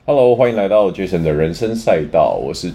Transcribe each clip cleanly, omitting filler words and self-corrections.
Hello，欢迎来到 Jason 的人生赛道，我是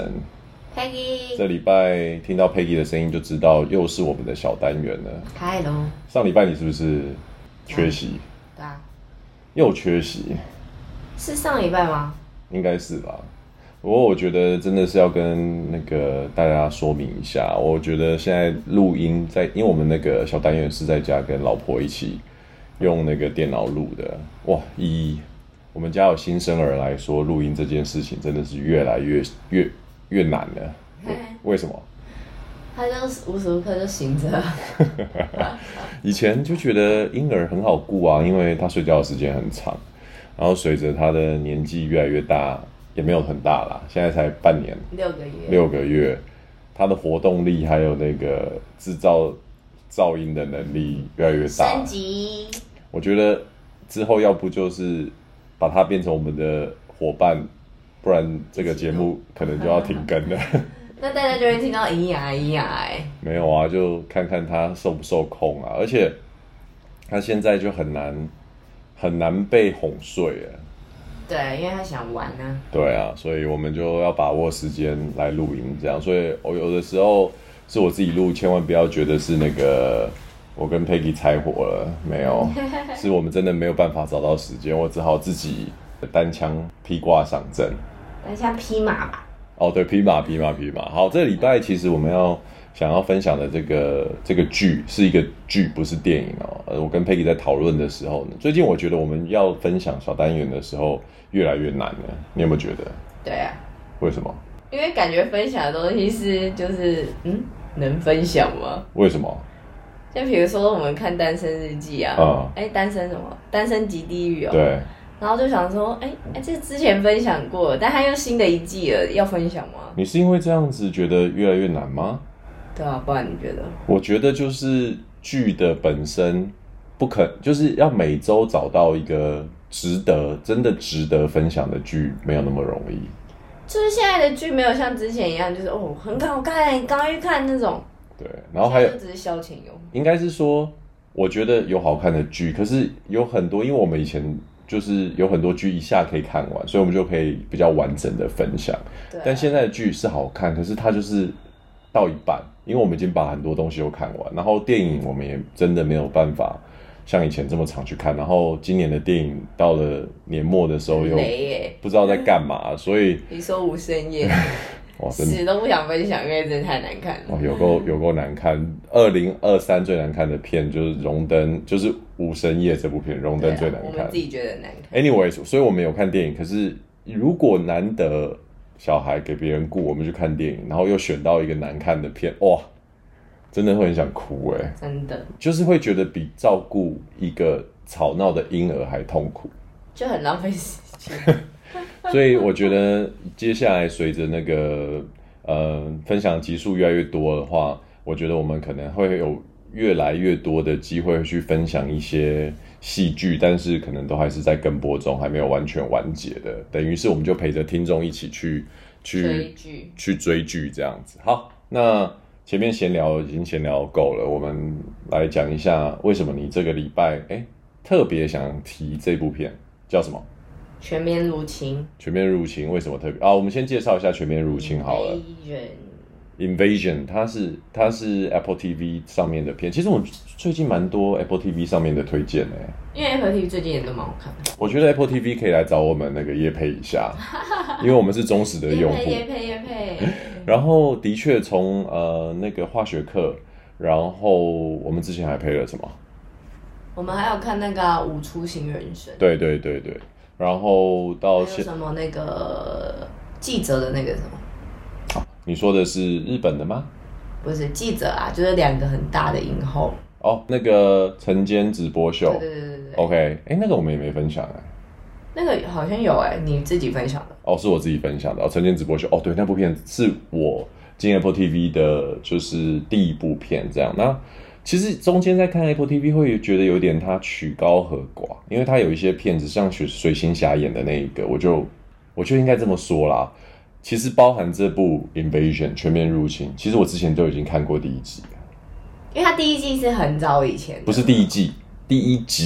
Jason。Peggy， 这礼拜听到 Peggy 的声音就知道又是我们的小单元了。 Hello， 上礼拜你是不是缺席？ 对啊， 又缺席， 是上礼拜吗？ 应该是吧。不过我觉得真的是要跟大家说明一下，我觉得现在录音因为我们那个小单元是在家跟老婆一起用那个电脑录的，哇，以我们家有新生儿来说，录音这件事情真的是越来越难了。为什么？ 他就无时无刻就醒着。 以前就觉得婴儿很好顾啊，因为他睡觉的时间很长，然后随着他的年纪越来越大，也没有很大啦，现在才半年，6个月，他的活动力还有那个制造噪音的能力越来越大， 升级。 我觉得之后要不就是把它变成我们的伙伴，不然这个节目可能就要停更了。 那大家就会听到咿呀咿呀没有啊，就看看他受不受控啊，而且他现在就很难被哄睡了。 对，因为他想玩啊。 对啊，所以我们就要把握时间来录音，这样。所以我有的时候是我自己录，千万不要觉得是我跟 Peggy 拆伙了，没有，是我们真的没有办法找到时间，我只好自己单枪披挂上阵。 单枪匹马吧。 哦，对，匹马。好，这个礼拜其实我们想要分享的这个剧是一个剧，不是电影哦。我跟 Peggy 在讨论的时候呢，最近我觉得我们要分享小单元的时候越来越难了，你有没有觉得？ 对啊。为什么？ 因为感觉分享的东西能分享吗？ 为什么？ 就比如说我们看《单身日记》啊，单身什么？单身即地狱哦。 对。 然后就想说，这之前分享过，但它又新的一季了，要分享吗？ 你是因为这样子觉得越来越难吗？ 对啊，不然你觉得？ 我觉得就是剧的本身就是要每周找到一个真的值得分享的剧，没有那么容易。 就是现在的剧没有像之前一样，就是很好看，你赶快去看那种。 对，然后还有就只是消遣用。应该是说，我觉得有好看的剧，可是有很多，因为我们以前就是有很多剧一下可以看完，所以我们就可以比较完整的分享。对。但现在的剧是好看，可是它就是到一半，因为我们已经把很多东西都看完，然后电影我们也真的没有办法像以前这么常去看，然后今年的电影到了年末的时候又不知道在干嘛，所以你说无声夜。 哇， 死都不想分享，因为真的太难看了。 有够难看。2023最难看的片就是《荣登》，就是《无声夜》这部片，《荣登》最难看。 我们自己觉得难看。 Anyways， 所以我们有看电影，可是如果难得小孩给别人顾，我们去看电影，然后又选到一个难看的片，哇，真的会很想哭真的， 就是会觉得比照顾一个吵闹的婴儿还痛苦， 就很浪费时间。 所以我觉得接下来随着分享集数越来越多的话，我觉得我们可能会有越来越多的机会去分享一些戏剧，但是可能都还是在跟播中，还没有完全完结的。等于是我们就陪着听众一起去追剧这样子。好，那前面已经闲聊够了，我们来讲一下为什么你这个礼拜特别想提这部片，叫什么？ 全面入侵为什么特别啊？我们先介绍一下全面入侵好了。Invasion， 它是 Apple TV 上面的片。其实我最近蛮多 Apple TV 上面的推荐因为 Apple TV 最近也都蛮好看的。 我觉得 Apple TV 可以来找我们业配一下，因为我们是忠实的用户。 业配。 然后的确从化学课，然后我们之前还配了什么？ 我们还有看舞出新人生。 对。然后到还有什么记者的什么？ 你说的是日本的吗？ 不是记者啊，就是2个很大的影后。 晨间直播秀。对。OK， 那个我们也没分享那个好像有你自己分享的。 是我自己分享的。晨间直播秀。对，那部片是我进 Apple TV 的，就是第一部片这样。那其实中间在看 Apple TV 会觉得有点它曲高和寡，因为它有一些片子像水行侠演的那一个，我就应该这么说啦。其实包含这部 Invasion 全面入侵，其实我之前就已经看过第一集了。 因为它第一季是很早以前的。 不是第一季，第一集。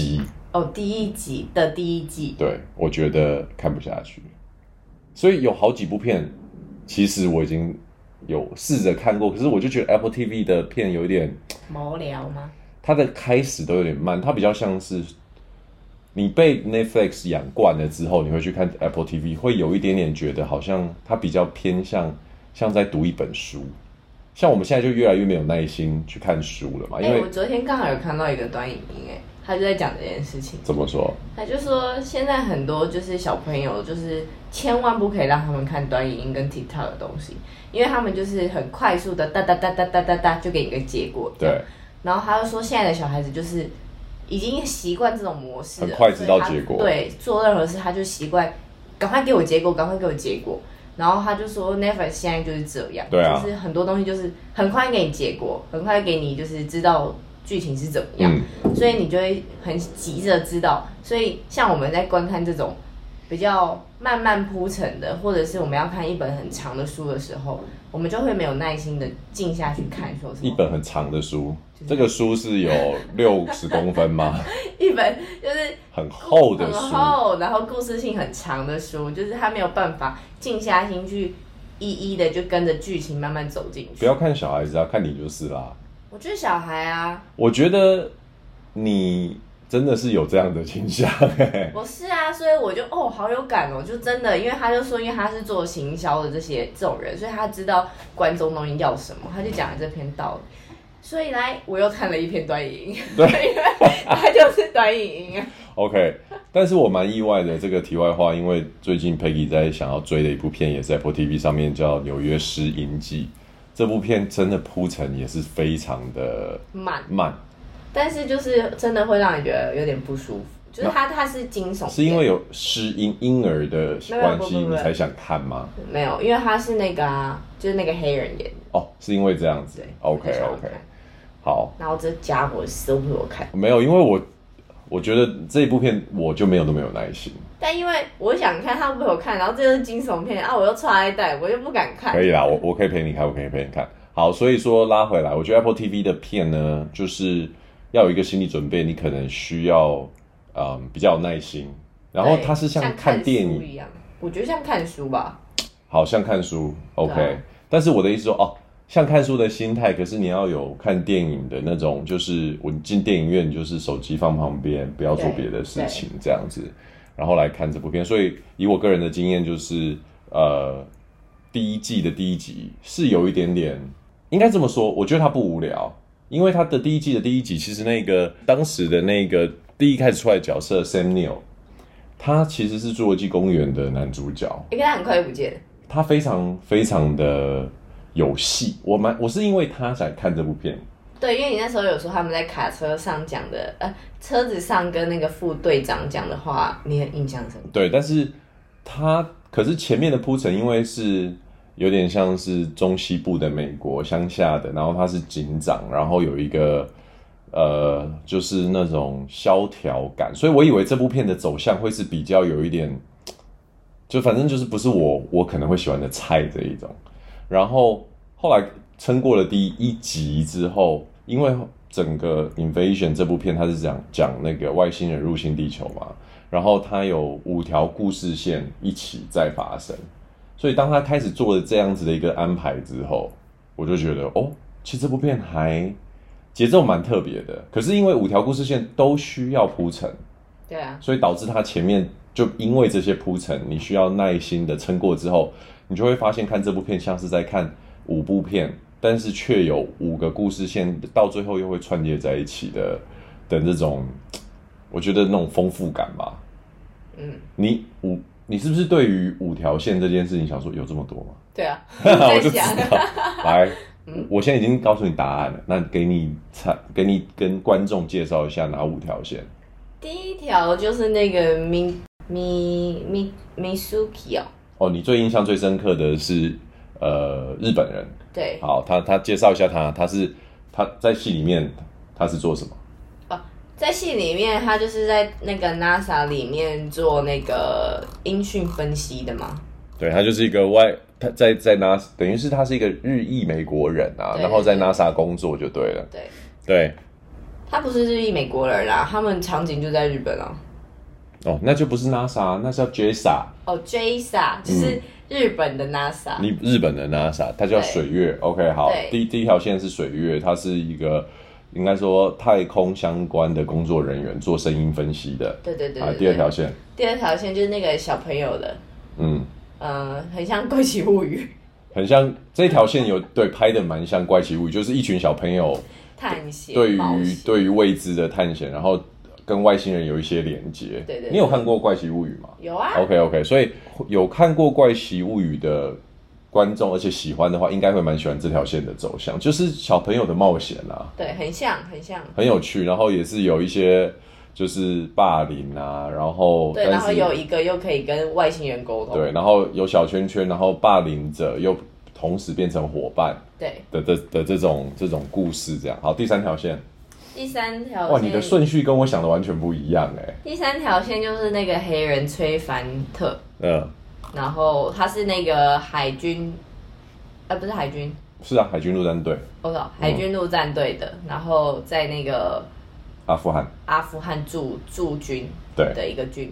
哦，第一季的第一季， 对，我觉得看不下去。所以有好几部片，其实我已经有试着看过，可是我就觉得 Apple TV 的片有一点无聊吗？ 它的开始都有点慢，它比较像是你被 Netflix 养惯了之后，你会去看 Apple TV， 会有一点点觉得好像它比较偏向在读一本书。像我们现在就越来越没有耐心去看书了嘛，因为我昨天刚好有看到一个短影音，他就在讲这件事情。 怎么说？ 他就说现在很多就是小朋友，就是千万不可以让他们看短影音跟 TikTok 的东西，因为他们就是很快速的哒哒哒哒哒哒哒就给你个结果。 对。 然后他就说现在的小孩子就是已经习惯这种模式了， 很快知道结果。 对，做任何事他就习惯赶快给我结果，赶快给我结果。然后他就说 Netflix 现在就是这样， 对啊， 就是很多东西就是很快给你结果，很快给你就是知道剧情是怎么样，所以你就会很急着知道。所以像我们在观看这种比较慢慢铺陈的，或者是我们要看一本很长的书的时候，我们就会没有耐心的静下去看，说什么一本很长的书，这个书是有60公分吗？ 一本就是很厚的书， 很厚，然后故事性很长的书，就是他没有办法静下心去一一的就跟着剧情慢慢走进去。 不要看小孩子啊，看你就是啦。 我觉得小孩啊， 我觉得你真的是有这样的倾向我是啊，所以我就好有感哦，就真的，因为他就说，因为他是做行销的这种人，所以他知道观众东西要什么，他就讲了这篇道理。所以我又看了一篇短影音，对，因为它就是短影音啊。 OK， 但是我蛮意外的，这个题外话，因为最近 Peggy 在想要追的一部片，也是 Apple TV 上面叫《纽约失音记》。这部片真的铺陈也是非常的慢， 但是就是真的会让你觉得有点不舒服。就是它是惊悚片， 是因为有失音婴儿的关系你才想看吗？ 没有，因为他是那个就是那个黑人演的。 哦，是因为这样子。OK， 好。 然后这家伙死都不给我看。 没有，因为我觉得这一部片我就没有那么有耐心。 但因为我想看，他不陪我看，然后这就是惊悚片啊，我又插一袋，我就不敢看。 可以啦，我可以陪你看，我可以陪你看。好，所以说拉回来，我觉得 Apple TV 的片呢，就是要有一个心理准备，你可能需要比较有耐心。然后它是像看电影一样，我觉得像看书吧。 好像看书 ，OK。但是我的意思说，像看书的心态，可是你要有看电影的那种，就是我进电影院，你就是手机放旁边，不要做别的事情，这样子，然后来看这部片。所以以我个人的经验，就是第一季的第一集是有一点点，应该这么说，我觉得它不无聊，因为它的第一季的第一集，其实那个当时的那个第一开始出来的角色 Sam Neill， 他其实是侏罗纪公园的男主角， 应该他很快就不见了。 他非常非常的有戏，我是因为他才看这部片。 对，因为你那时候有说他们在卡车上讲的，车子上跟那个副队长讲的话，你很印象深刻。 对，但是可是前面的铺陈，因为是有点像是中西部的美国乡下的，然后他是警长，然后有一个就是那种萧条感，所以我以为这部片的走向会是比较有一点，就反正就是不是我可能会喜欢的菜这一种。然后后来撑过了第一集之后，因为整个 Invasion 这部片它是讲那个外星人入侵地球嘛，然后它有5条故事线一起在发生，所以当他开始做了这样子的一个安排之后，我就觉得其实这部片还节奏蛮特别的。可是因为5条故事线都需要铺陈， 对啊， 所以导致它前面就因为这些铺陈，你需要耐心的撑过之后，你就会发现看这部片像是在看5部片，但是却有5个故事线，到最后又会串接在一起的这种，我觉得那种丰富感吧。你是不是对于5条线这件事情想说有这么多吗？ 对啊， 我就知道。来，我现在已经告诉你答案了，那给你跟观众介绍一下哪5条线。 第一条就是那个Mitsuki 你最印象最深刻的是日本人。 对， 好，他介绍一下他在戏里面他是做什么？ 在戏里面他就是在那个 NASA 里面做那个音讯分析的嘛。 对，他就是一个他在 NASA， 等于是他是一个日裔美国人啊，然后在 NASA 工作就对了。 对。 他不是日裔美国人啦，他们场景就在日本啊。 哦，那就不是 NASA， 那是叫 JAXA。 哦 ，JAXA 就是日本的 NASA。 日本的 NASA， 它叫水月。OK， 好，第一条线是水月，它是一个应该说太空相关的工作人员做声音分析的。 对。 第二条线。 第二条线就是那个小朋友的。很像《怪奇物语》。 很像这条线对拍的蛮像《怪奇物语》，就是一群小朋友探险， 对于未知的探险，然后跟外星人有一些连接。 对。 你有看过《怪奇物语》吗？ 有啊。 OK， 所以有看过《怪奇物语》的观众，而且喜欢的话，应该会蛮喜欢这条线的走向，就是小朋友的冒险啊。 对，很像， 很有趣，然后也是有一些就是霸凌啊，然后对，然后有一个又可以跟外星人沟通， 对，然后有小圈圈，然后霸凌者又同时变成伙伴， 对的这种故事，这样。好，第三条线。 第三条线， 哇，你的顺序跟我想的完全不一样哎。 第三条线就是那个黑人崔凡特，然后他是那个海军，不是海军， 是啊，海军陆战队， 海军陆战队的，然后在那个阿富汗驻军的一个军。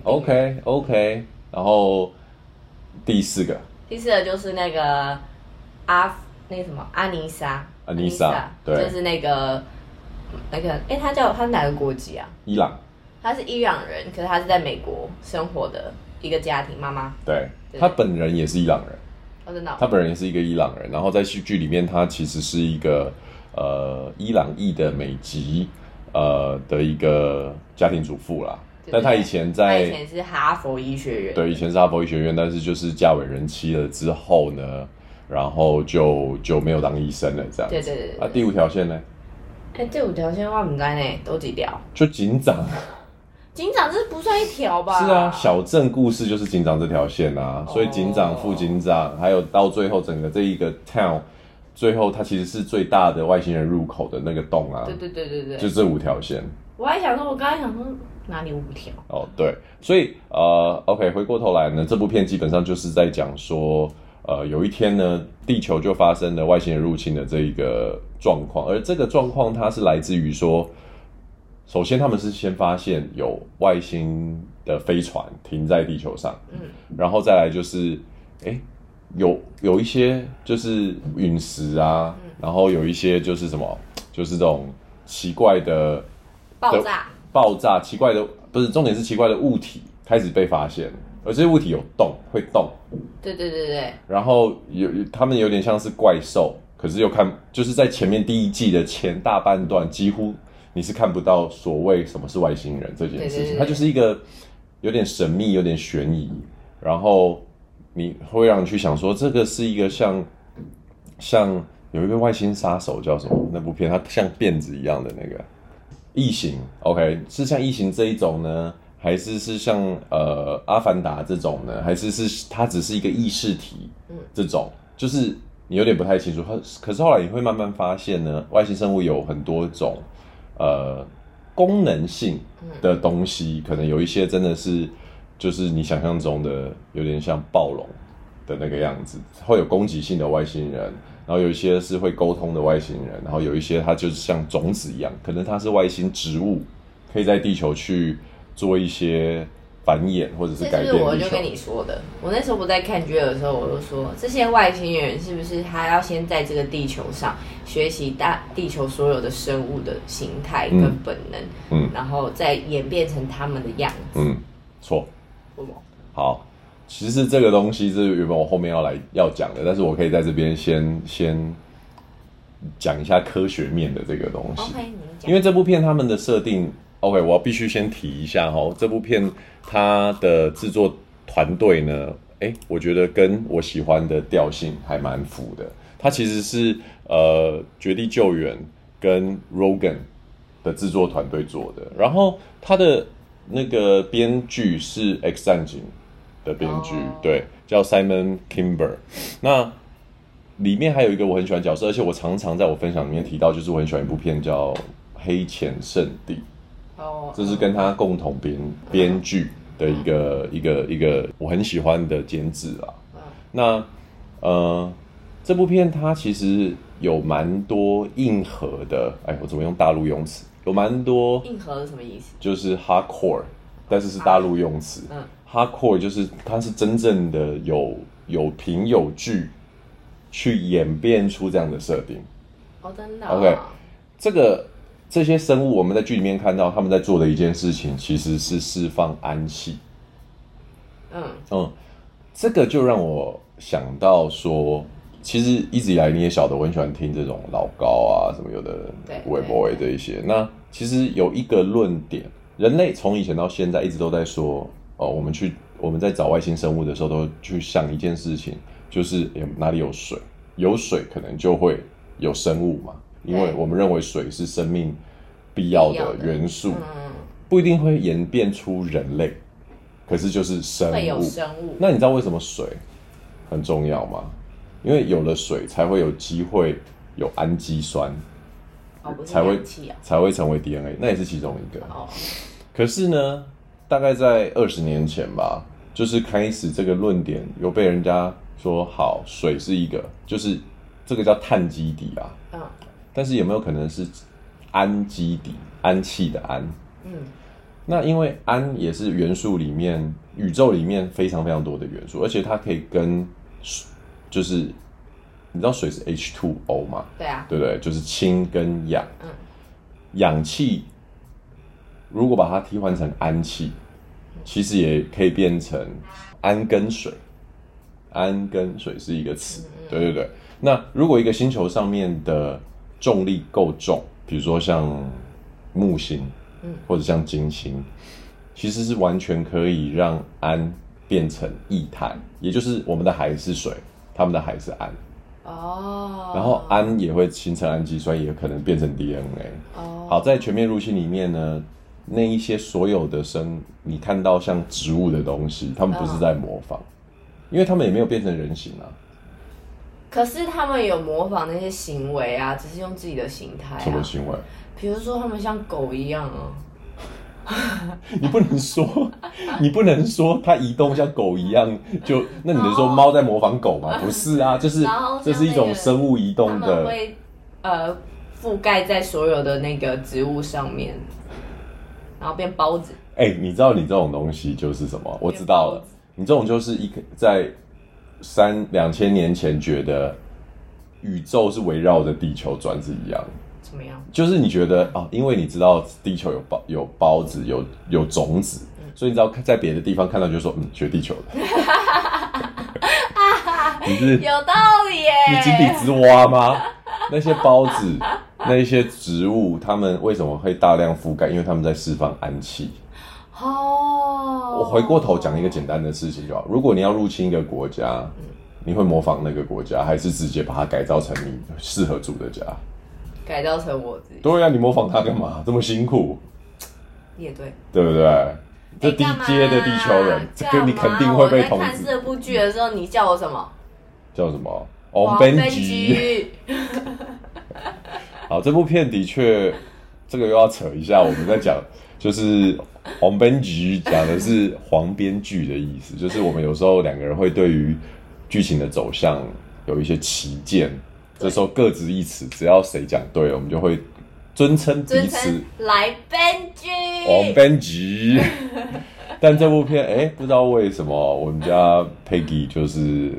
OK， 然后第四个就是那个阿尼莎，对，就是那个，他哪个国籍啊？ 伊朗。 他是伊朗人，可是他是在美国生活的一个家庭妈妈。 对，他本人也是伊朗人。 真的。 他本人也是一个伊朗人，然后在剧里面，他其实是一个伊朗裔的美籍的一个家庭主妇啦。但他以前是哈佛医学院。 对，以前是哈佛医学院，但是就是嫁为人妻了之后呢，然后就没有当医生了，这样子。对。第五条线呢？ 第五条线我不知道呢，都几条？ 就警长。 警长这不算一条吧？ 是啊，小镇故事就是警长这条线啊，所以警长、副警长，还有到最后整个这一个 town， 最后它其实是最大的外星人入口的那个洞啊。 对， 就这五条线。 我刚才想说哪里五条？ 对，所以OK， 回过头来呢，这部片基本上就是在讲说，有一天呢，地球就发生了外星人入侵的这一个状况，而这个状况它是来自于说。首先，他们是先发现有外星的飞船停在地球上，然后再来就是，有一些就是陨石啊，然后有一些就是什么，就是这种奇怪的爆炸，奇怪的不是重点是奇怪的物体开始被发现，而这些物体会动， 对， 然后他们有点像是怪兽，可是又就是在前面第一季的前大半段几乎。你是看不到所谓什么是外星人这件事情，它就是一个有点神秘、有点悬疑，然后你会让你去想说，这个是一个像有一个外星杀手叫什么？那部片它像辫子一样的那个异形 ，OK， 是像异形这一种呢，还是像阿凡达这种呢？还是它只是一个意识体？这种就是你有点不太清楚。可是后来你会慢慢发现呢，外星生物有很多种。功能性的东西，可能有一些真的是，就是你想象中的有点像暴龙的那个样子，会有攻击性的外星人，然后有一些是会沟通的外星人，然后有一些它就是像种子一样，可能它是外星植物，可以在地球去做一些繁衍或者是改变地球。 我就跟你说的，我那时候不在看剧的时候，我就说这些外星人是不是他要先在这个地球上学习地球所有的生物的形态跟本能，然后再演变成他们的样子。 错。好，其实这个东西是原本我后面要讲的，但是我可以在这边先讲一下科学面的这个东西。 OK， 因为这部片他们的设定。OK， 我必须先提一下这部片它的制作团队呢，我觉得跟我喜欢的调性还蛮符的。它其实是绝地救援跟 Rogan 的制作团队做的，然后它的那个编剧是 X 战警的编剧，对，叫 Simon Kimber。那里面还有一个我很喜欢角色，而且我常常在我分享里面提到，就是我很喜欢一部片叫《黑钱圣地》。这是跟他共同编剧的一个我很喜欢的监制啦。那这部片它其实有蛮多硬核的，我怎么用大陆用词？ 有蛮多硬核是什么意思？ 就是 hardcore， 但是是大陆用词。hardcore 就是它是真正的有凭有据去演变出这样的设定。 哦，真的。 OK， 这些生物我们在剧里面看到他们在做的一件事情，其实是释放氨气。这个就让我想到说，其实一直以来你也晓得，我很喜欢听这种老高啊，什么有的微博这一些。那其实有一个论点，人类从以前到现在一直都在说，我们在找外星生物的时候，都去想一件事情，就是哪里有水，有水可能就会有生物嘛，因为我们认为水是生命必要的元素，不一定会演变出人类。可是就是生物，会有生物。那你知道为什么水很重要吗？因为有了水，才会有机会有氨基酸，才会成为 DNA， 那也是其中一个。可是呢，大概在20年前吧，就是开始这个论点有被人家说，好，水是一个，就是这个叫碳基底啊。但是有没有可能是氨基底，氨气的氨？那因为氨也是元素里面，宇宙里面非常非常多的元素，而且它可以跟，就是你知道水是 H2O 吗？ 对啊， 对不对？就是氢跟氧。氧气如果把它替换成氨气，其实也可以变成氨跟水。氨跟水是一个词，对对对。那如果一个星球上面的重力够重，比如说像木星。或者像金星，其实是完全可以让氨变成液态，也就是我们的海是水，他们的海是氨。然后氨也会形成氨基酸，也可能变成 DNA。好，在全面入侵里面呢，那一些所有的你看到像植物的东西，他们不是在模仿，因为他们也没有变成人形啊。 可是他们有模仿那些行为啊，只是用自己的形态。 什么行为？ 比如说他们像狗一样啊。你不能说它移动像狗一样，那你能说猫在模仿狗吗？不是啊，这是一种生物移动的。 他们会覆盖在所有的那个植物上面，然后变孢子。 你知道你这种东西就是什么？我知道了，你这种就是在2000年前觉得宇宙是围绕着地球转是一样的。 怎么样？就是你觉得因为你知道地球有孢子，有种子，所以你知道在别的地方看到就说学地球的。你是有道理耶？ 你井底之蛙吗？那些孢子，那些植物，它们为什么会大量覆盖？因为它们在释放氨气。我回过头讲一个简单的事情就好。如果你要入侵一个国家，你会模仿那个国家，还是直接把它改造成你适合住的家？ 改造成我自己。 对啊，你模仿他干嘛？这么辛苦。 也对。 对不对？这低阶的地球人，这个你肯定会被统治。 我在看这部剧的时候，你叫我什么？ 叫什么？黄边菊。好，这部片的确，这个又要扯一下，我们在讲，就是黄边菊讲的是黄边剧的意思，就是我们有时候两个人会对于剧情的走向有一些歧见。这时候各执一词，只要谁讲对了，我们就会尊称彼此来编剧， 王编剧。但这部片，不知道为什么我们家 Peggy 就是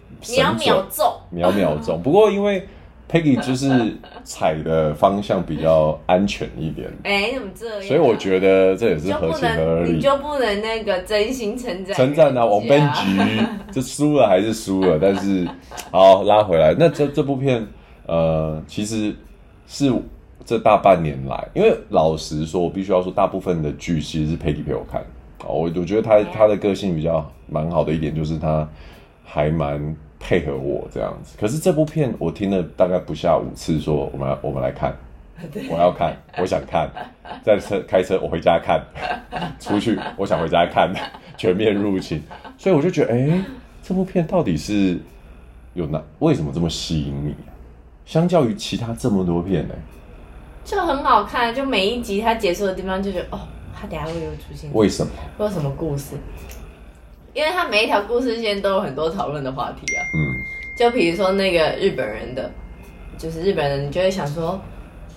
秒中。不过因为 Peggy 就是踩的方向比较安全一点， 你怎么这样？ 所以我觉得这也是合情合理。 你就不能那个真心称赞啊，王编剧，这输了还是输了，但是好拉回来。那这部片，其实是这大半年来，因为老实说，我必须要说，大部分的剧其实是 Peggy 陪我看。我觉得他的个性比较蛮好的一点，就是他还蛮配合我这样子。可是这部片我听了大概不下5次，说我们来看，我要看，我想看，开车我回家看，出去我想回家看，全面入侵。所以我就觉得，这部片到底是为什么这么吸引你啊？相较于其他这么多片就很好看，就每一集它结束的地方就觉得它等一下会又出现。 为什么？ 会有什么故事？因为它每一条故事线都有很多讨论的话题啊。就比如说那个日本人的，就是日本人，你就会想说，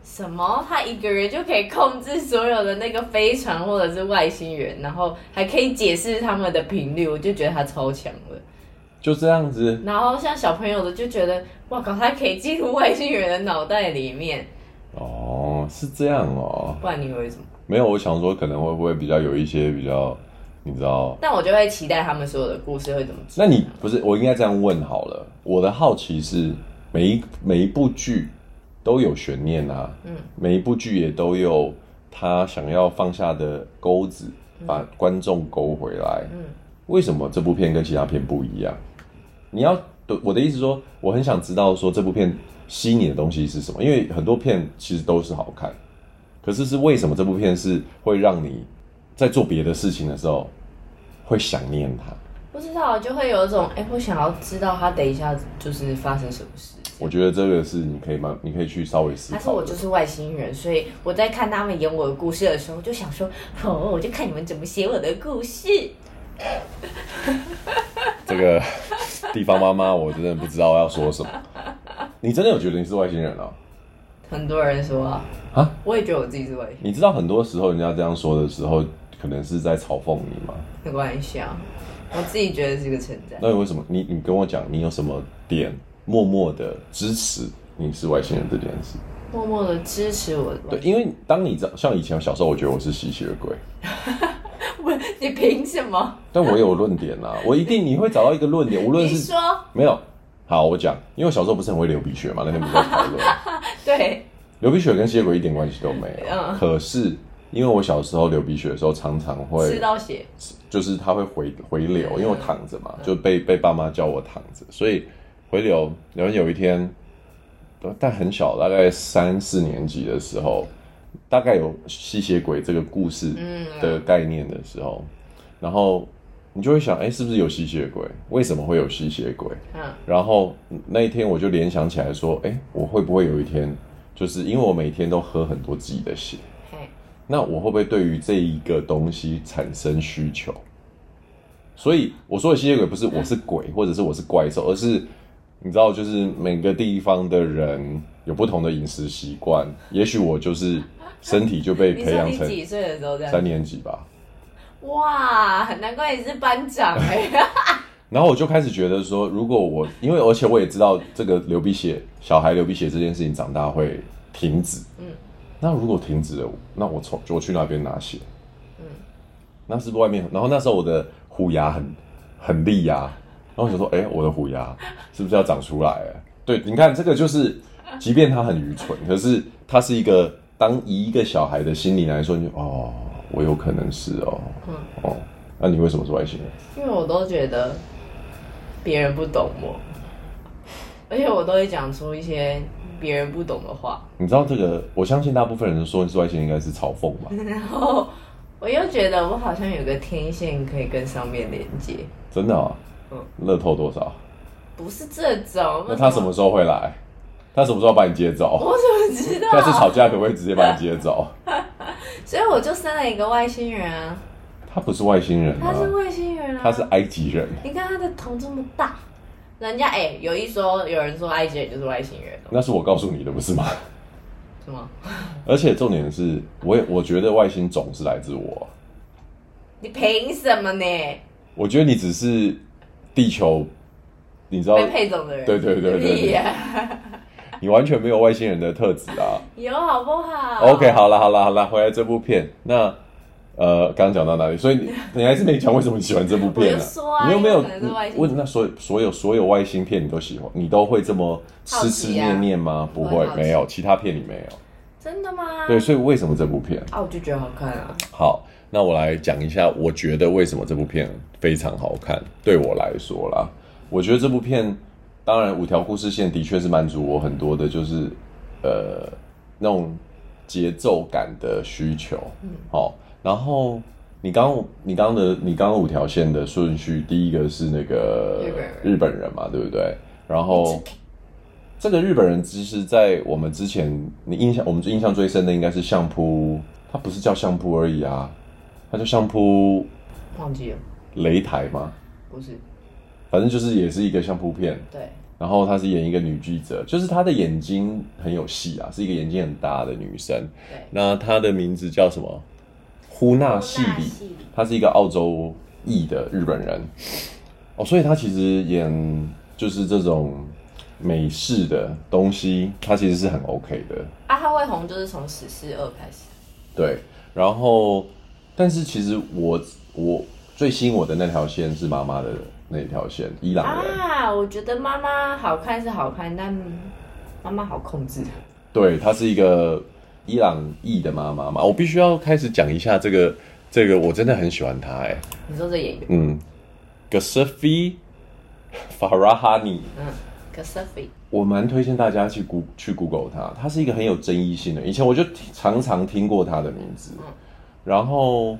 什么？他一个人就可以控制所有的那个飞船或者是外星人，然后还可以解释他们的频率，我就觉得他超强了。 就这样子。 然后像小朋友的就觉得，哇靠，他可以进入外星人的脑袋里面。 哦，是这样哦。 不然你以为什么？ 没有，我想说可能会不会比较有一些比较，你知道？ 但我就会期待他们所有的故事会怎么。 那你不是我应该这样问好了？我的好奇是每一部剧都有悬念啊，每一部剧也都有他想要放下的钩子，把观众勾回来。为什么这部片跟其他片不一样？我的意思说，我很想知道说这部片吸引你的东西是什么？因为很多片其实都是好看，可是为什么这部片是会让你在做别的事情的时候会想念它？ 不知道，就会有一种我想要知道他等一下就是发生什么事。 我觉得这个是你可以去稍微思考的。 还是我就是外星人，所以我在看他们演我的故事的时候，就想说，我就看你们怎么写我的故事。 这个地方妈妈，我真的不知道要说什么。你真的有觉得你是外星人啊？ 很多人说啊，我也觉得我自己是外星人。 你知道很多时候人家这样说的时候，可能是在嘲讽你吗？ 没关系啊，我自己觉得是一个称赞。 那你为什么？你跟我讲，你有什么点默默的支持你是外星人这件事？ 默默的支持我。 对，因为当你像以前小时候，我觉得我是吸血鬼。 你凭什么？ 但我有论点啊，你会找到一个论点，无论是你说没有。好，我讲，因为我小时候不是很会流鼻血嘛，那天不是在讨论。 对， 流鼻血跟吸血鬼一点关系都没有。可是因为我小时候流鼻血的时候，常常会吃到血，就是它会回流，因为我躺着嘛，就被爸妈叫我躺着，所以回流。然后有一天，但很小，大概3、4年级的时候，大概有吸血鬼这个故事的概念的时候，然后你就会想，是不是有吸血鬼？为什么会有吸血鬼？然后那一天我就联想起来说，我会不会有一天，就是因为我每天都喝很多自己的血，那我会不会对于这一个东西产生需求？所以我说的吸血鬼不是我是鬼，或者是我是怪兽，而是你知道，就是每个地方的人有不同的饮食习惯，也许我就是身体就被培养成。 你说你几岁的时候这样？ 3年级吧。 哇，难怪你是班长然后我就开始觉得说，如果而且我也知道这个小孩流鼻血这件事情长大会停止。那如果停止了，那我去那边拿血。那是不是外面？然后那时候我的虎牙很利啊，然后我想说，我的虎牙是不是要长出来了？对，你看这个就是，即便他很愚蠢，可是他是以一个小孩的心理来说，你就我有可能是那你为什么是外星人？ 因为我都觉得别人不懂我，而且我都会讲出一些别人不懂的话。 你知道这个？我相信大部分人说你是外星人，应该是嘲讽吧。 然后我又觉得我好像有个天线可以跟上面连接。 真的啊？乐透多少？ 不是这种。 那他什么时候会来？他什么时候把你接走？ 我怎么知道？ 下次吵架可不可以直接把你接走？ 所以我就生了一个外星人啊。 他不是外星人啊。 他是外星人啊。 他是埃及人。 你看他的头这么大，人家有人说埃及人就是外星人。 那是我告诉你的，不是吗？ 是吗？ 而且重点是，我觉得外星种是来自我。 你凭什么呢？ 我觉得你只是地球，你知道被配种的人。 对。你完全没有外星人的特质啊！ 有好不好 ？OK， 好了，回来这部片。那刚刚讲到哪里？所以你还是没讲为什么你喜欢这部片呢？ 我就说啊， 你有没有问那所有外星片你都喜欢？你都会这么痴念吗？不会，没有，其他片你没有。 真的吗？ 对，所以为什么这部片？ 我就觉得好看啊。 好，那我来讲一下，我觉得为什么这部片非常好看。对我来说啦，我觉得这部片。当然，5条故事线的确是满足我很多的，就是那种节奏感的需求。好，然后你刚刚5条线的顺序，第一个是那个日本人嘛，对不对？然后这个日本人其实，在我们之前，我们印象最深的应该是相扑，他不是叫相扑而已啊，他叫相扑， 忘记了。 擂台吗？ 不是。 反正就是也是一个相扑片， 对。 然后她是演一个女记者，就是她的眼睛很有戏啊，是一个眼睛很大的女生。 对， 那她的名字叫什么？呼纳细里，她是一个澳洲裔的日本人。哦，所以她其实演就是这种美式的东西，她其实是很 OK 的。 啊，她会红就是从《死侍2》开始。 对，然后但是其实我最吸引我的那条线是妈妈的那条线，伊朗人啊，我觉得妈妈好看是好看，但妈妈好控制。 对，她是一个伊朗裔的妈妈嘛，我必须要开始讲一下这个，我真的很喜欢她哎。 你说这演员 Ghasafi Farahani Ghasafi， 我蛮推荐大家去 Google 她，她是一个很有争议性的，以前我就常常听过她的名字，然后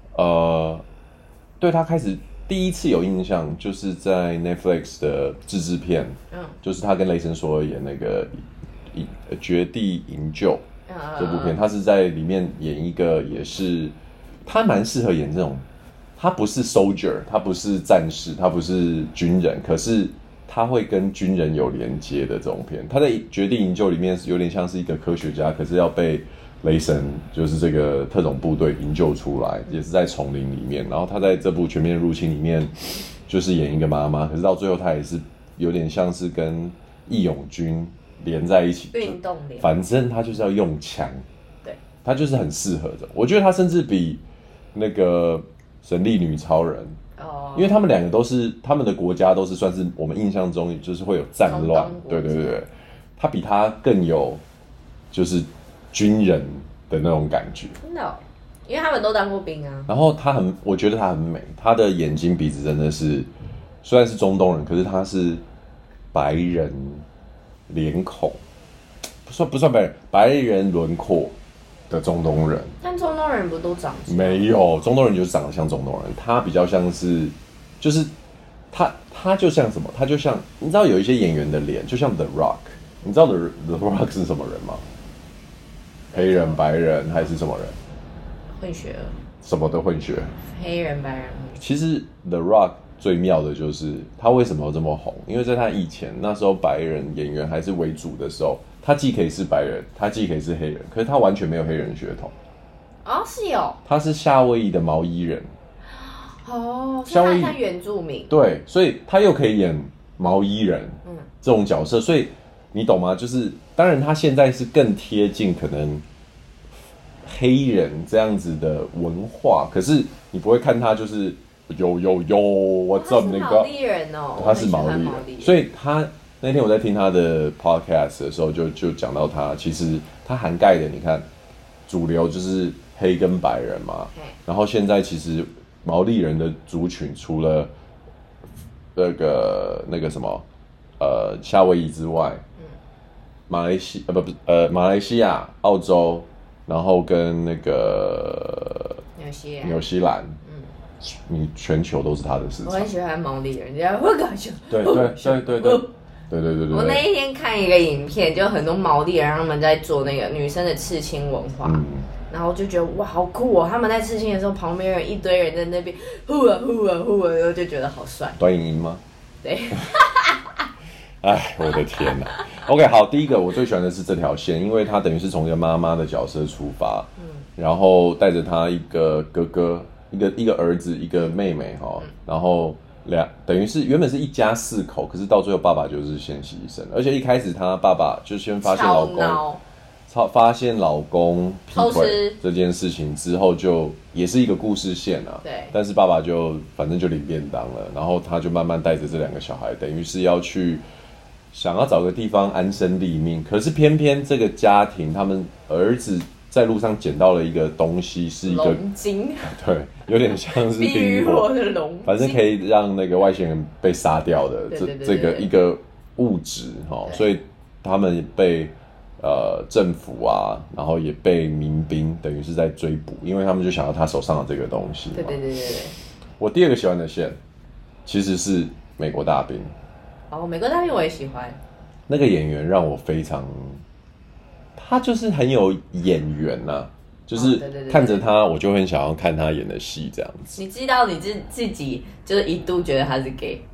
对她开始第一次有印象就是在 Netflix 的自制片，就是她跟雷神索尔演那个绝地营救这部片，她是在里面演一个也是，她蛮适合演这种，她不是 soldier， 她不是战士，她不是军人，可是她会跟军人有连接的这种片。她在绝地营救里面有点像是一个科学家，可是要被雷神就是这个特种部队营救出来，也是在丛林里面。然后他在这部全面入侵里面就是演一个妈妈，可是到最后他也是有点像是跟义勇军连在一起， 运动连， 反正他就是要用枪， 对， 他就是很适合的。我觉得他甚至比那个神力女超人，因为他们两个都是他们的国家都是算是我们印象中就是会有战乱，对，他比他更有就是军人的那种感觉， 真的因为他们都当过兵啊。 然后我觉得他很美，他的眼睛鼻子真的是，虽然是中东人，可是他是白人脸孔，不算白人，白人轮廓的中东人。 但中东人不都长这样？ 没有，中东人就是长得像中东人，他比较像是，就是他就像什么？他就像你知道有一些演员的脸，就像 The Rock， 你知道 The Rock 是什么人吗？黑人、白人还是什么人？ 混血儿， 什么的混血。 黑人、白人。 其实 The Rock 最妙的就是他为什么这么红？因为在他以前那时候白人演员还是为主的时候，他既可以是白人，他既可以是黑人，可是他完全没有黑人血统。 哦，是有。 他是夏威夷的毛衣人。 哦，夏威夷像原住民。 对，所以他又可以演毛衣人，这种角色，所以你懂吗？就是当然他现在是更贴近可能黑人这样子的文化，可是你不会看他就是我这么那个， 他是毛利人哦， 他是毛利人，所以他那天我在听他的 podcast 的时候就讲到他，其实他涵盖的你看主流就是黑跟白人嘛，然后现在其实毛利人的族群除了那个什么夏威夷之外，马来西亚、澳洲。然后跟那个纽西兰，你全球都是他的市场。 我很喜欢毛利人，人家会搞笑。 对。我那一天看一个影片，就很多毛利人他们在做那个女生的刺青文化，然后就觉得哇好酷哦！他们在刺青的时候，旁边有一堆人在那边呼啊呼啊呼啊，然后就觉得好帅。 短影音吗？ 对。 哎，我的天哪 ！OK， 好，第一个我最喜欢的是这条线，因为它等于是从一个妈妈的角色出发，然后带着他一个哥哥、一个儿子、一个妹妹哈，然后等于是原本是一家4口，可是到最后爸爸就是先牺牲，而且一开始他爸爸就先发现老公劈腿这件事情之后，就也是一个故事线啊。 对。 但是爸爸就反正就领便当了，然后他就慢慢带着这2个小孩，等于是要去。想要找个地方安身立命，可是偏偏这个家庭，他们儿子在路上捡到了一个东西，是一个龙筋， 对，有点像是地狱火的龙筋， 反正可以让那个外星人被杀掉的这个一个物质哈，所以他们被政府啊，然后也被民兵等于是在追捕，因为他们就想要他手上的这个东西。对。我第2个喜欢的线其实是美国大兵。 美国大兵我也喜欢。 那个演员让我非常，他就是很有眼缘呐，就是看着他，我就很想要看他演的戏这样子。 你知道你自己就是一度觉得他是 gay？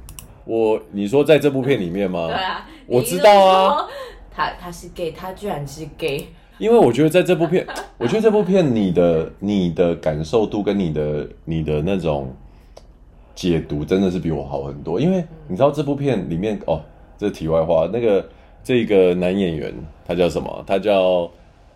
你说在这部片里面吗？ 对啊， 我知道啊， 他是 gay， 他居然是 gay。 因为我觉得在这部片，你的感受度跟你的那种解读真的是比我好很多。因为你知道这部片里面哦，这题外话，这个男演员他叫什么？他叫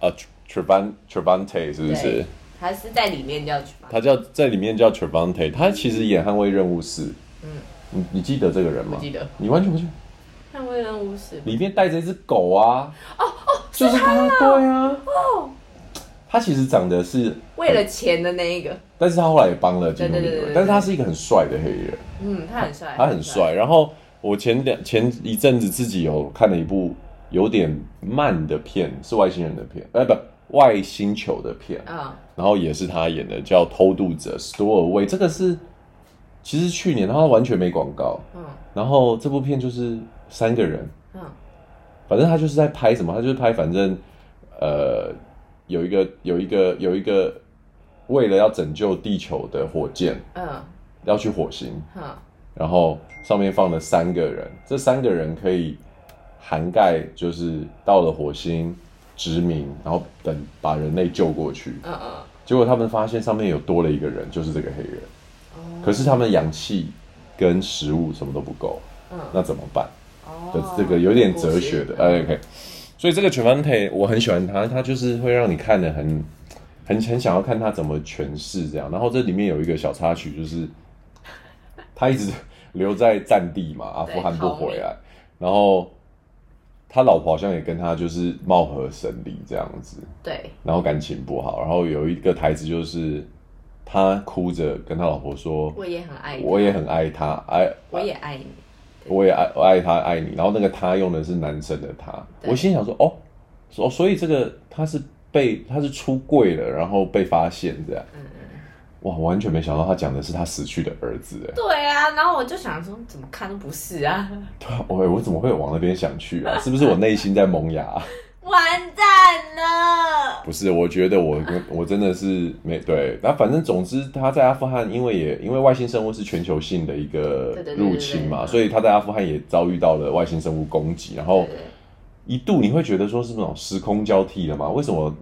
Trevante 是不是？ 他是在里面叫 Trevante， 他在里面叫 Trevante， 他其实演《捍卫任务4》。你记得这个人吗？ 不记得， 你完全不记得。捍卫任务4 里面带着一只狗啊！就是他，对啊。他其实长得是为了钱的那一个， 但是他后来也帮了基努里维，但是他是一个很帅的黑人。 他很帅， 他很帅。然后我前一阵子自己有看了一部有点慢的片，是外星人的片，外星球的片。然后也是他演的，叫《偷渡者》（Stowaway）。这个是其实去年，然后完全没广告。然后这部片就是3个人。反正他就是在拍什么？他就是拍，反正有一个为了要拯救地球的火箭，要去火星，然后上面放了3个人，这3个人可以涵盖就是到了火星殖民，然后把人类救过去。结果他们发现上面有多了一个人，就是这个黑人。可是他们氧气跟食物什么都不够，那怎么办？这个有点哲学的，OK。所以这个 Trevante 我很喜欢他就是会让你看得很想要看他怎么诠释这样。然后这里面有一个小插曲，就是他一直留在战地嘛，阿富汗不回来，然后他老婆好像也跟他就是貌合神离这样子， 对， 然后感情不好，然后有一个台词就是他哭着跟他老婆说：“我也很爱他，我也很爱他，我也爱你。”我爱他爱你，然后那个他用的是男生的他，我心想说所以这个他是出柜了，然后被发现这样，哇，我完全没想到他讲的是他死去的儿子。 对啊，然后我就想说怎么看都不是啊， 对啊，我怎么会往那边想去啊？是不是我内心在萌芽？ 完蛋了！ 不是，我觉得我真的是没对，那反正总之他在阿富汗，因为外星生物是全球性的一个入侵嘛，所以他在阿富汗也遭遇到了外星生物攻击，然后一度你会觉得说是那种时空交替了吗？为什么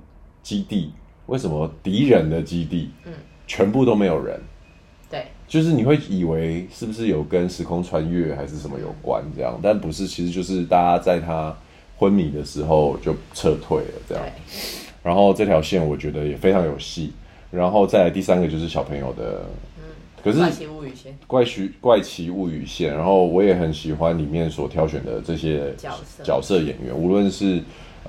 敌人的基地，全部都没有人？ 对， 就是你会以为是不是有跟时空穿越还是什么有关这样，但不是，其实就是大家在他昏迷的时候就撤退了这样。然后这条线我觉得也非常有戏。然后再来第3个就是小朋友的，可是怪奇物语线， 怪奇物语线。然后我也很喜欢里面所挑选的这些角色演员，无论是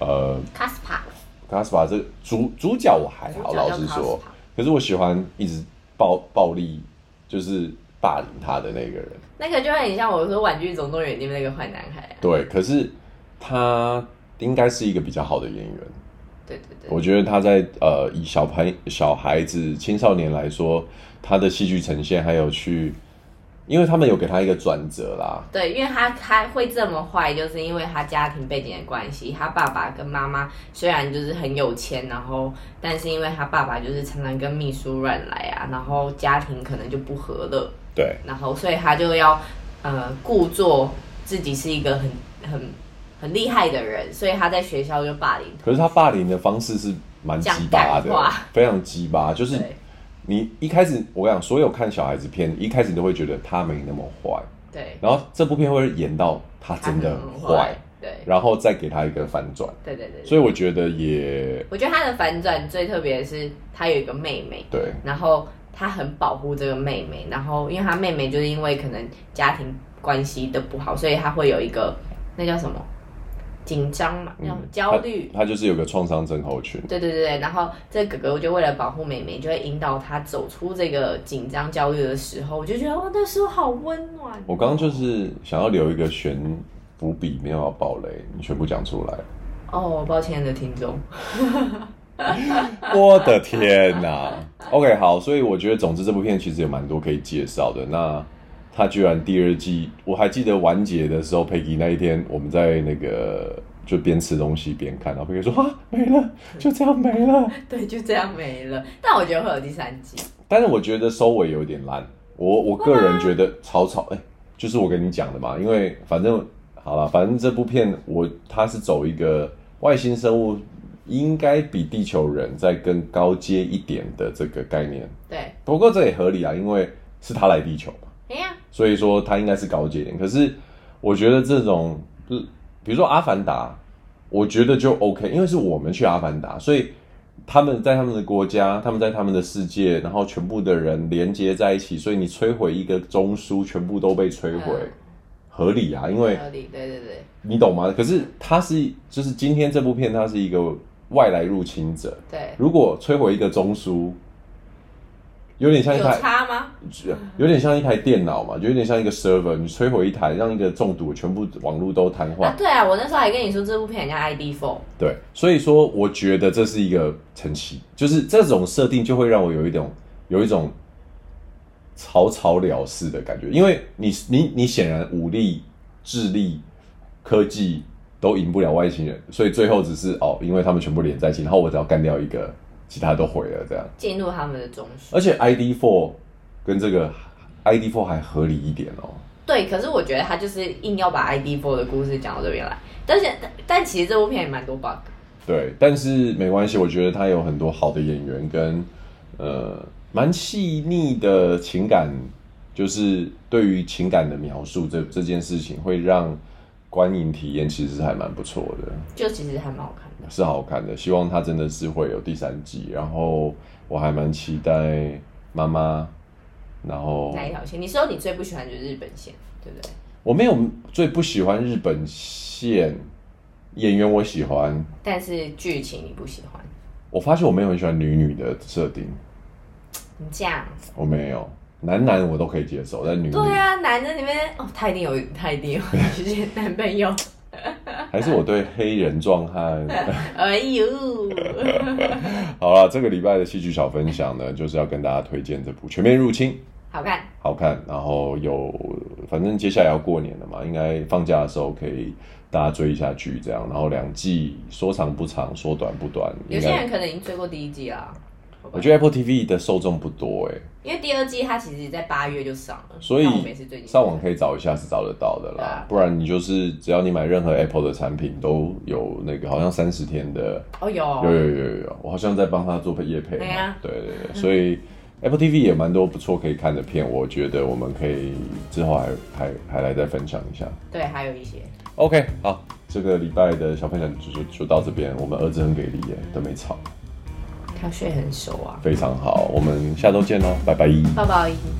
卡斯帕这个主角我还好，老实说，可是我喜欢一直暴力就是霸凌他的那个人， 那个就很像我说《玩具总动员》里面那个坏男孩。 对，可是他应该是一个比较好的演员。 对， 我觉得他在以小孩子青少年来说，他的戏剧呈现还有因为他们有给他一个转折啦。 对，因为他会这么坏，就是因为他家庭背景的关系。他爸爸跟妈妈虽然就是很有钱，但是因为他爸爸就是常常跟秘书乱来啊，然后家庭可能就不和乐。 对， 然后所以他就要故作自己是一个很厉害的人，所以他在学校就霸凌。 可是他霸凌的方式是蛮鸡巴的，非常鸡巴。就是你一开始我讲，所有看小孩子片，一开始都会觉得他没那么坏， 对。 然后这部片会演到他真的很坏， 对。 然后再给他一个反转， 对。 所以我觉得他的反转最特别的是他有一个妹妹， 对， 然后他很保护这个妹妹，然后因为他妹妹就是因为可能家庭关系的不好，所以他会有一个那叫什么？紧张嘛，那种焦虑， 他就是有个创伤症候群。 对，然后这个哥哥就为了保护妹妹，就会引导她走出这个紧张焦虑的时候，我就觉得那时候好温暖。 我刚刚就是想要留一个悬伏笔，没有要爆雷，你全部讲出来。 哦，抱歉的听众。 我的天哪 ！OK， 好，所以我觉得，总之这部片其实有蛮多可以介绍的。那他居然第2季，我还记得完结的时候，Peggy 那一天我们在那个就边吃东西边看，然后Peggy 说啊没了，就这样没了。 对，就这样没了。但我觉得会有第3季。 但是我觉得收尾有点烂，我个人觉得草草， 就是我跟你讲的嘛，因为反正这部片它是走一个外星生物应该比地球人再更高阶一点的这个概念。 对， 不过这也合理啊，因为是他来地球嘛，所以说他应该是高阶一点。可是我觉得这种，比如说《阿凡达》，我觉得就 OK， 因为是我们去阿凡达，所以他们在他们的国家，他们在他们的世界，然后全部的人连接在一起，所以你摧毁一个中枢，全部都被摧毁，合理啊，因为合理，对， 你懂吗？可是就是今天这部片，它是一个外来入侵者， 对， 如果摧毁一个中枢，有点像一台有差吗？ 有点像一台电脑嘛，就有点像一个 server， 你摧毁一台，让一个中毒全部网络都瘫痪。 对啊，我那时候还跟你说这部片很像 ID4。 对，所以说我觉得这是一个神奇，就是这种设定就会让我有一种草草了事的感觉，因为你显然武力、智力、科技都赢不了外星人，所以最后只是因为他们全部连在一起，然后我只要干掉一个。其他都毁了，这样进入他们的中枢。 而且 ID4 跟这个 ID4 还合理一点哦。 对，可是我觉得他就是硬要把 ID4 的故事讲到这边来，但其实这部片也蛮多 bug。 对，但是没关系，我觉得他有很多好的演员跟蛮细腻的情感，就是对于情感的描述这件事情，会让观影体验其实还蛮不错的。 就其实还蛮好看的。 是好看的，希望它真的是会有第3季，然后我还蛮期待妈妈，然后哪一条线？你说你最不喜欢就是日本线，对不对？ 我没有最不喜欢日本线，演员我喜欢，但是剧情你不喜欢。 我发现我没有很喜欢女的设定。 你这样， 我没有，男我都可以接受，但女对啊，男的里面他一定有一些男朋友。 还是我对黑人壮汉哎呦好啦，这个礼拜的戏剧小分享呢，就是要跟大家推荐这部《全面入侵》，好看，然后反正接下来要过年了嘛，应该放假的时候可以大家追一下剧这样，然后2季说长不长，说短不短， 有些人可能已经追过第1季啦。 我觉得 Apple TV 的受众不多因为第2季它其实在8月就上了， 所以上网可以找一下是找得到的啦。不然你就是只要你买任何 Apple 的产品都有那个好像30天的有，我好像在帮他做业配。对，所以 Apple TV 也蛮多不错可以看的片，我觉得我们可以之后还来再分享一下。 对，还有一些。 OK， 好，这个礼拜的小分享就到这边。我们儿子很给力都没吵。 他睡很熟啊， 非常好，我们下周见喽，拜拜。 拜拜。